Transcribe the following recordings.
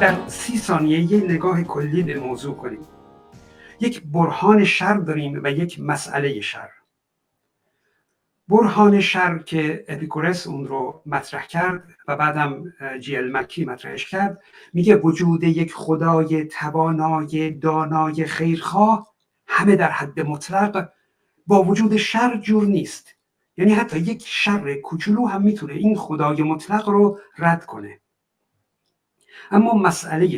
در 30 ثانیه یه نگاه کلی به موضوع کنیم. یک برهان شر داریم و یک مسئله شر. برهان شر که اپیکورس اون رو مطرح کرد و بعدم جیل مکی مطرحش کرد، میگه وجود یک خدای توانای دانای خیرخواه همه در حد مطلق با وجود شر جور نیست. یعنی حتی یک شر کوچولو هم میتونه این خدای مطلق رو رد کنه. اما مسئله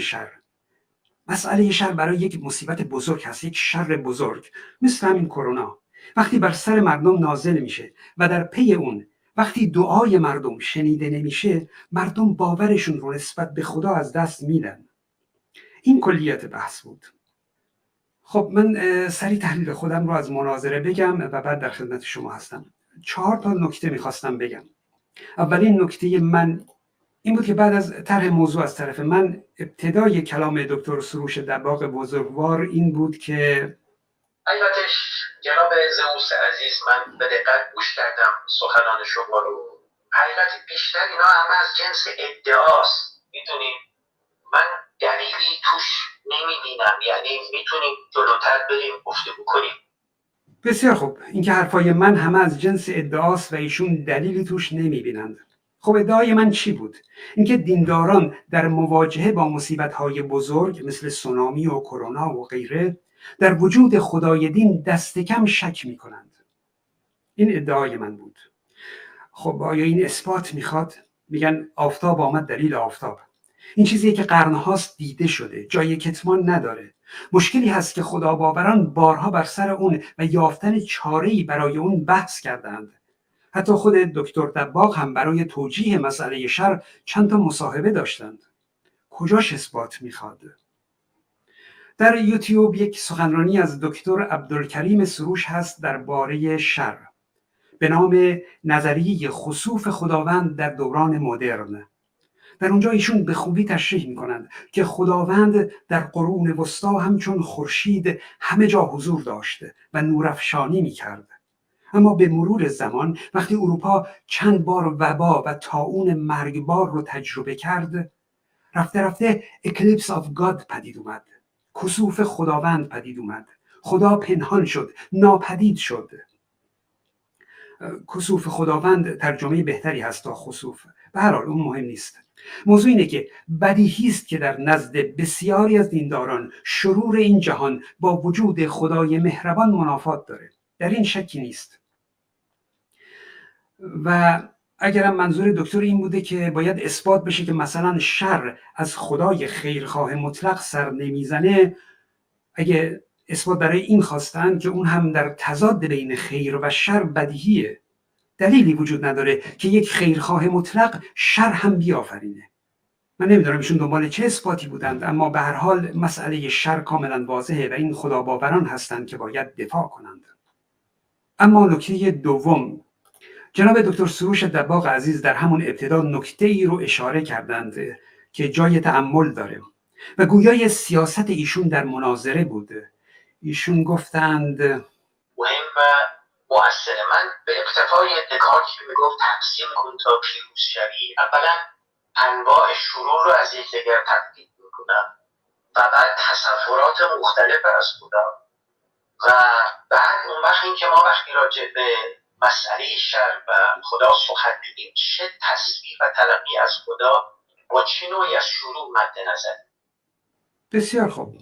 شر برای یک مصیبت بزرگ هست، یک شر بزرگ مثل همین کرونا. وقتی بر سر مردم نازل میشه و در پی اون وقتی دعای مردم شنیده نمیشه، مردم باورشون رو نسبت به خدا از دست میدن. این کلیت بحث بود. خب من سریع تحلیل خودم رو از مناظره بگم و بعد در خدمت شما هستم. 4 تا نکته میخواستم بگم. اولین نکته من این بود که بعد از طرح موضوع از طرف من، ابتدای کلام دکتر سروش دباغ بزرگوار این بود که حقیقتش جناب زئوس عزیز، من به دقت گوش کردم سخنان شما رو. حقیقت بیشتر اینا همه از جنس ادعاست. میدونیم من دلیلی توش نمیبینم. یعنی میتونیم جلوتر بریم گفتگو کنیم. بسیار خوب، این که حرفای من همه از جنس ادعاست و ایشون دلیلی توش نمیبینند. خب ادعای من چی بود؟ اینکه دینداران در مواجهه با مصیبت‌های بزرگ مثل سونامی و کرونا و غیره در وجود خدای دین دست کم شک میکنند. این ادعای من بود. خب آیا این اثبات میخواد؟ میگن آفتاب آمد دلیل آفتاب. این چیزیه که قرنهاست دیده شده، جای کتمان نداره. مشکلی هست که خدا باوران بارها بر سر اون و یافتن چاره‌ای برای اون بحث کردند. حتی خود دکتر دباغ هم برای توجیه مسئله شر چند تا مصاحبه داشتند. کجاش اثبات میخواد؟ در یوتیوب یک سخنرانی از دکتر عبدالکریم سروش هست درباره شر به نام نظریه خسوف خداوند در دوران مدرن. در اونجا ایشون به خوبی تشریح میکنند که خداوند در قرون وسطا همچون خورشید همه جا حضور داشته و نورافشانی میکرد. اما به مرور زمان وقتی اروپا چند بار وبا و طاعون مرگبار رو تجربه کرد، رفته رفته اکلیپس آف گاد پدید اومد. کسوف خداوند پدید اومد. خدا پنهان شد، ناپدید شد. کسوف خداوند ترجمه بهتری هست تا خسوف. به هر حال اون مهم نیست. موضوع اینه که بدیهی است که در نزد بسیاری از دینداران شرور این جهان با وجود خدای مهربان منافات داره. در این شکی نیست. و اگرم منظور دکتر این بوده که باید اثبات بشه که مثلا شر از خدای خیرخواه مطلق سر نمیزنه، اگه اثبات برای این خواستن که اون هم در تضاد بین خیر و شر بدیهیه، دلیلی وجود نداره که یک خیرخواه مطلق شر هم بیافرینه. من نمیدونم ایشون دنبال چه اثباتی بودند، اما به هر حال مسئله شر کاملا واضحه و این خداباوران هستند که باید دفاع کنند. اما نکته دوم، جناب دکتر سروش دباغ عزیز در همون ابتدا نکته ای رو اشاره کردند که جای تأمل داره و گویای سیاست ایشون در مناظره بود. ایشون گفتند مهم و مؤثر. من به اقتفای دکارت که میگفت تقسیم کن تا پیروز شوی، اولا انواع شرور رو از یکدیگر تفکیک میکنم و بعد تصورات مختلف از خدا و بعد اون وقت این که ما وقتی راجع به مسئله شر و خدا سخن میگیم چه تصویر و تلقی از خدا با چه نوعی از شروع مد نظر. بسیار خوب.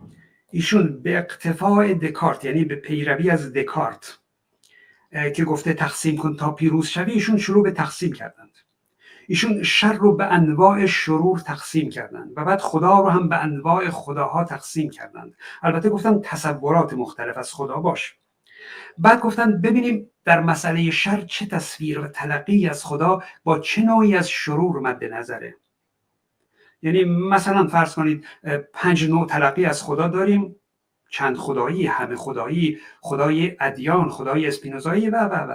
ایشون به اقتفاع دکارت، یعنی به پیروی از دکارت که گفته تقسیم کن تا پیروز شوی، ایشون شروع به تقسیم کردند. ایشون شر رو به انواع شرور تقسیم کردند و بعد خدا رو هم به انواع خداها تقسیم کردند. البته گفتن تصورات مختلف از خدا باش. بعد گفتن ببینیم در مسئله شر چه تصویر و تلقی از خدا با چه نوعی از شرور مد نظره. یعنی مثلا فرض کنید 5 نوع تلقی از خدا داریم، چند خدایی، همه خدایی، خدای ادیان، خدای اسپینوزایی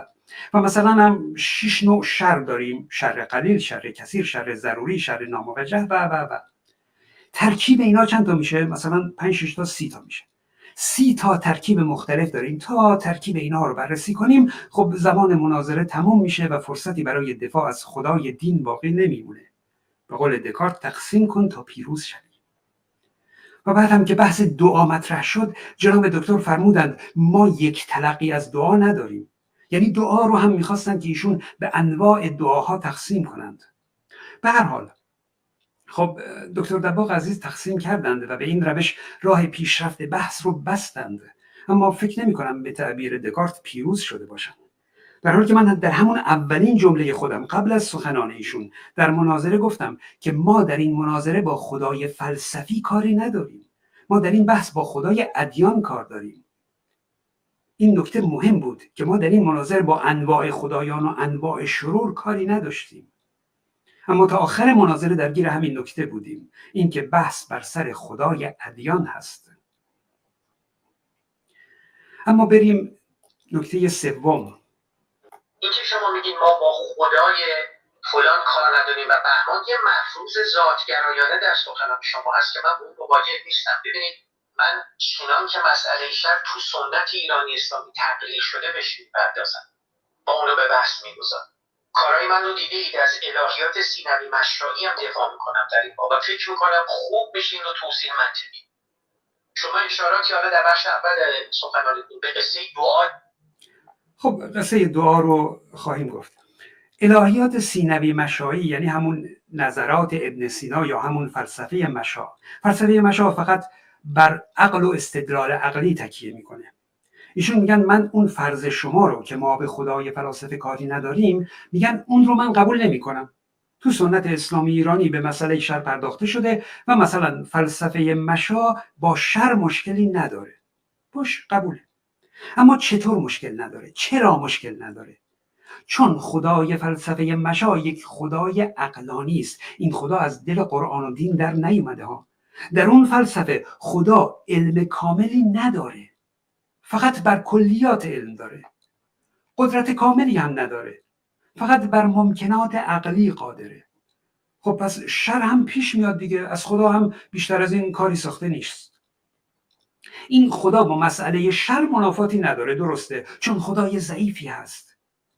و مثلا هم 6 نوع شر داریم، شر قلیل، شر کثیر، شر ضروری، شر ناموجه و ترکیب اینا چند تا میشه؟ مثلا 5 6 تا 30 تا میشه. 30 تا ترکیب مختلف داریم. تا ترکیب اینا رو بررسی کنیم، خب زمان مناظره تموم میشه و فرصتی برای دفاع از خدای دین باقی نمیمونه. به قول دکارت تقسیم کن تا پیروز شوی. و بعد هم که بحث دعا مطرح شد، جناب دکتر فرمودند ما یک تلقی از دعا نداریم. یعنی دعا رو هم میخواستند که ایشون به انواع دعاها تقسیم کنند. به هر حال خب دکتر دباغ عزیز تقسیم کردند و به این روش راه پیشرفت بحث رو بستند، اما فکر نمی کنم به تعبیر دکارت پیروز شده باشند. در حالی که من در همون اولین جمله خودم قبل از سخنان ایشون در مناظره گفتم که ما در این مناظره با خدای فلسفی کاری نداریم، ما در این بحث با خدای ادیان کار داریم. این نکته مهم بود که ما در این مناظره با انواع خدایان و انواع شرور کاری نداشتیم. اما تا آخر مناظره درگیر همین نکته بودیم، این که بحث بر سر خدای ادیان هست. اما بریم نکته سوم. این که شما میگید ما با خدای فلان کار نداریم و بهمان، یه مفروض ذاتگرایانه در سخنان شما هست که من با اون مواجه نیستم. ببینید من چنان که مسئله شر تو سنت ایرانی اسلامی تقلیل شده بهش میپردازم، با اونو به بحث میگذارم. کارهای من رو دیدید، از الهیات سینوی مشرایی هم دفاع میکنم در این باب و فکر میکنم خوب بشه این رو توصیل منطقی. شما اشاراتی حالا در بخش اول سخنانتون به قصه دعا. خب قصه دعا رو خواهیم گفت. الهیات سینوی مشایی یعنی همون نظرات ابن سینا یا همون فلسفه مشا. فلسفه مشا فقط بر عقل و استدلال عقلی تکیه میکنه. ایشون میگن من اون فرض شما رو که ما به خدای فلاسفه کاری نداریم، میگن اون رو من قبول نمیکنم. تو سنت اسلامی ایرانی به مسئله شر پرداخته شده و مثلا فلسفه مشا با شر مشکلی نداره. باش قبوله. اما چطور مشکل نداره؟ چرا مشکل نداره؟ چون خدای فلسفه مشا یک خدای عقلانی است. این خدا از دل قرآن و دین در نیومده ها. در اون فلسفه خدا علم کاملی نداره، فقط بر کلیات علم داره. قدرت کاملی هم نداره، فقط بر ممکنات عقلی قادره. خب پس شر هم پیش میاد دیگه، از خدا هم بیشتر از این کاری ساخته نیست. این خدا با مسئله شر منافاتی نداره، درسته، چون خدای ضعیفی هست.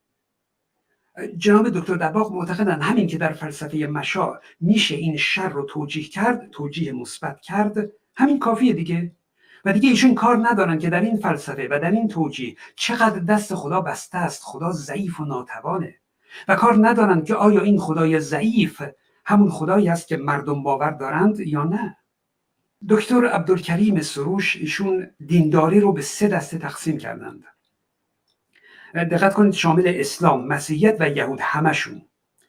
جناب دکتر دباغ معتقدن همین که در فلسفه مشا میشه این شر رو توجیه کرد، توجیه مثبت کرد، همین کافیه دیگه. و دیگه ایشون کار ندارن که در این فلسفه و در این توجیه چقدر دست خدا بسته است، خدا ضعیف و ناتوانه. و کار ندارن که آیا این خدای ضعیف همون خدایی است که مردم باور دارند یا نه. دکتر عبدالکریم سروش ایشون دینداری رو به 3 دسته تقسیم کردند. دقت کنید، شامل اسلام، مسیحیت و یهود همشون.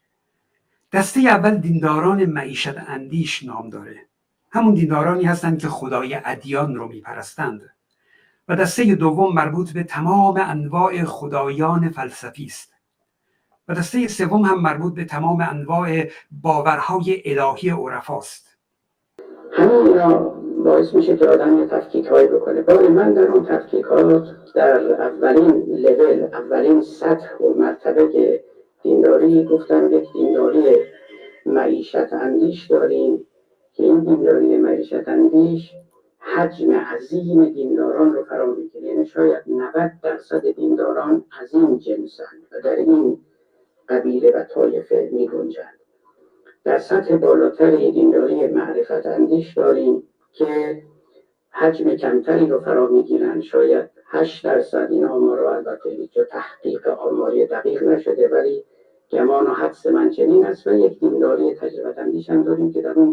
دسته اول دینداران معیشت اندیش نام داره. همون دیندارانی هستند که خدای ادیان رو میپرستند. و دسته دوم مربوط به تمام انواع خدایان فلسفی است. و دسته سوم هم مربوط به تمام انواع باورهای الهی عرفاست. همین اینا باعث میشه که آدم یه تفکیک هایی بکنه. بله من در اون تفکیکات در اولین لول، اولین سطح و مرتبه دینداری گفتم یک دینداری معیشت اندیش داریم که این دینداری معیشت اندیش حجم عظیم دینداران رو فرا میگیره. یعنی شاید 90% دینداران از این جنسند و در این قبیله و طایفه میگنجند. در سطح بالاتری دینداری معرفت اندیش داریم که حجم کمتری رو فرا میگیرن، شاید 8%. این آمار رو البته هیچ تحقیق آماری دقیق نشده ولی گمان و حدس من چنین است. و یک دینداری تجربت اندیش هم داریم که در اون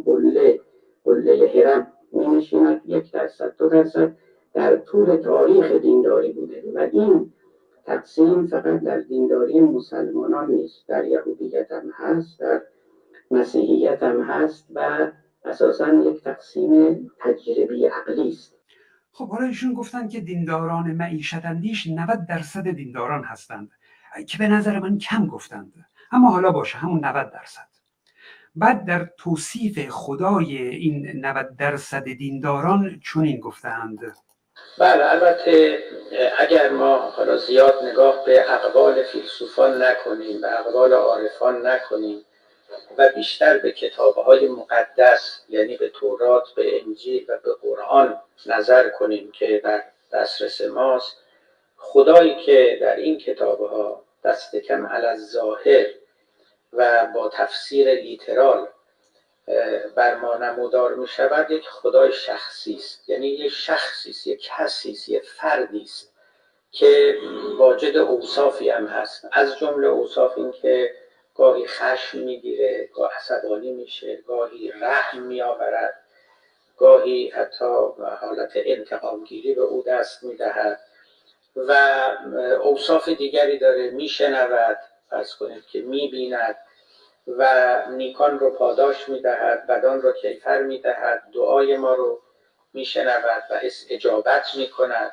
قله هرم می نشیند. 1%، 2% در طول تاریخ دینداری بوده. و این تقسیم فقط در دینداری مسلمانان نیست، در یهودیت هم هست، در مسیحیت هم هست و اساساً یک تقسیم تجربی عقلی است. خب حالا ایشون گفتن که دینداران معیشت اندیش 90% دینداران هستند که به نظر من کم گفتند، اما حالا باشه همون 90%. بعد در توصیف خدای این 90% دینداران چنین گفتند. بله البته اگر ما حالا زیاد نگاه به اقوال فیلسوفان نکنیم، به اقوال عارفان نکنیم و بیشتر به کتاب‌های مقدس یعنی به تورات، به انجیل و به قرآن نظر کنیم که در دسترس ماست، خدایی که در این کتاب‌ها دست کم علی الظاهر و با تفسیر لیترال بر ما نمودار می شود یک خدای شخصی است، یعنی یک شخصی است، یک کسی است، یک فردی است که واجد اوصافی هم هست. از جمله اوصاف این که گاهی خشم میگیره، گاهی عصبانی میشه، گاهی رحم میآورد، گاهی حتی حالت انتقامگیری به او دست میدهد و اوصاف دیگری داره. میشنود، فرض کنید که میبیند و نیکان رو پاداش میدهد، بدان رو کیفر میدهد، دعای ما رو میشنود و اجابت میکند.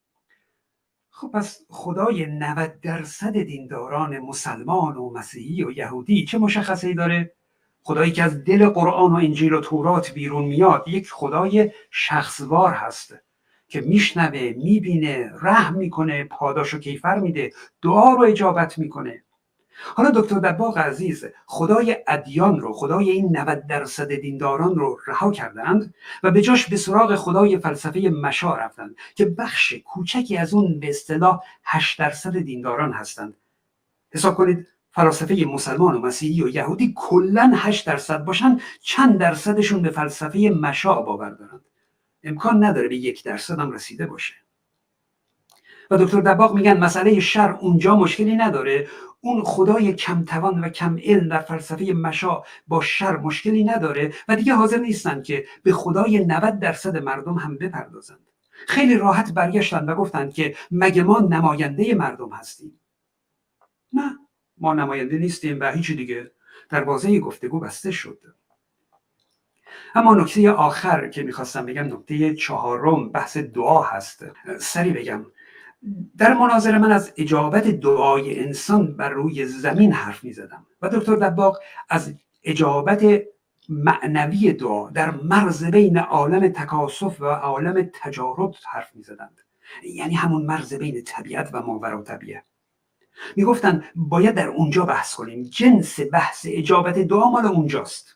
خب پس خدای 90% دینداران مسلمان و مسیحی و یهودی چه مشخصه‌ای داره؟ خدایی که از دل قرآن و انجیل و تورات بیرون میاد یک خدای شخصوار هست که میشنوه، میبینه، رحم میکنه، پاداش و کیفر میده، دعا رو اجابت میکنه. حالا دکتر دباغ عزیز خدای ادیان رو، خدای این 90% دینداران رو رها کردند و به جاش به سراغ خدای فلسفه مشا رفتند که بخش کوچکی از اون به اصطلاح 8% دینداران هستند. حساب کنید فلاسفه مسلمان و مسیحی و یهودی کلاً 8% باشن، چند درصدشون به فلسفه مشا باور دارند؟ امکان نداره به 1% هم رسیده باشه. و دکتر دباغ میگن مسئله شر اونجا مشکلی نداره، اون خدای کم توان و کم علم در فلسفه مشا با شر مشکلی نداره و دیگه حاضر نیستن که به خدای 90% مردم هم بپردازند. خیلی راحت برگشتن و گفتند که مگه ما نماینده مردم هستیم؟ نه، ما نماینده نیستیم و هیچ دیگه. دروازه گفتگو بسته شد. اما نکته آخر که میخواستم بگم، نکته 4 بحث دعا هست. سریع بگم، در مناظره من از اجابت دعای انسان بر روی زمین حرف می زدم و دکتر دباغ از اجابت معنوی دعا در مرز بین عالم تکاسف و عالم تجارب حرف می زدند، یعنی همون مرز بین طبیعت و ماوراء طبیعه. می گفتن باید در اونجا بحث کنیم، جنس بحث اجابت دعا مال اونجاست.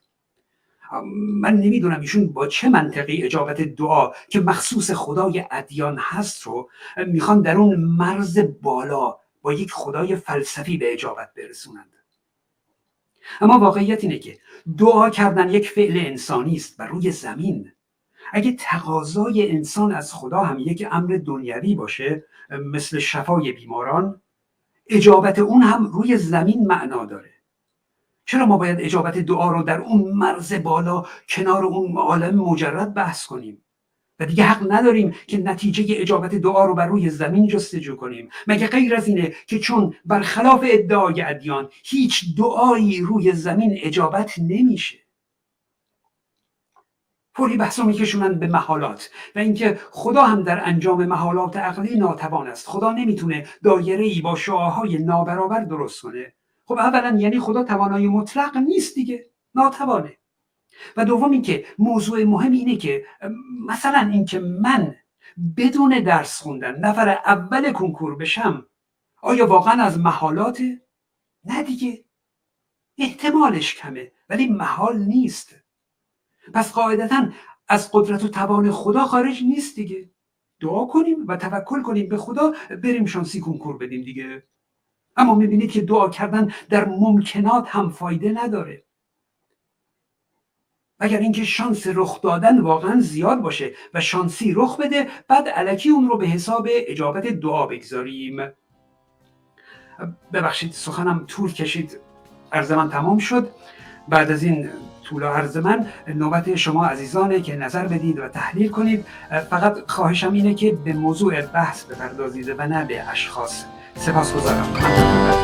من نمیدونم ایشون با چه منطقی اجابت دعا که مخصوص خدای ادیان هست رو میخوان در اون مرز بالا با یک خدای فلسفی به اجابت برسونند. اما واقعیت اینه که دعا کردن یک فعل انسانی است بر روی زمین. اگه تقاضای انسان از خدا هم یک امر دنیوی باشه مثل شفای بیماران، اجابت اون هم روی زمین معنا داره. چرا ما باید اجابت دعا رو در اون مرز بالا کنار اون عالم مجرد بحث کنیم و دیگه حق نداریم که نتیجه اجابت دعا رو بر روی زمین جستجو کنیم؟ مگه غیر از اینه که چون برخلاف ادعای ادیان هیچ دعایی روی زمین اجابت نمیشه؟ فوری بحثو میکشونن به محالات و اینکه خدا هم در انجام محالات عقلی ناتوان است. خدا نمیتونه دایره‌ای با شعاعهای نابرابر درست کنه. خب اولا یعنی خدا توانای مطلق نیست دیگه، ناتوانه. و دوم اینکه موضوع مهم اینه که مثلا اینکه من بدون درس خوندن نفر اول کنکور بشم آیا واقعا از محالاته؟ نه دیگه، احتمالش کمه ولی محال نیست. پس قاعدتاً از قدرت و توان خدا خارج نیست دیگه. دعا کنیم و توکل کنیم به خدا، بریم شانسی کنکور بدیم دیگه. اما میبینید که دعا کردن در ممکنات هم فایده نداره، اگر اینکه شانس رخ دادن واقعا زیاد باشه و شانسی رخ بده، بعد الکی اون رو به حساب اجابت دعا بگذاریم. ببخشید سخنم طول کشید، عرض من تمام شد. بعد از این طول عرض من نوبت شما عزیزانه که نظر بدید و تحلیل کنید. فقط خواهشم اینه که به موضوع بحث بپردازید و نه به اشخاص. سپاسگزارم.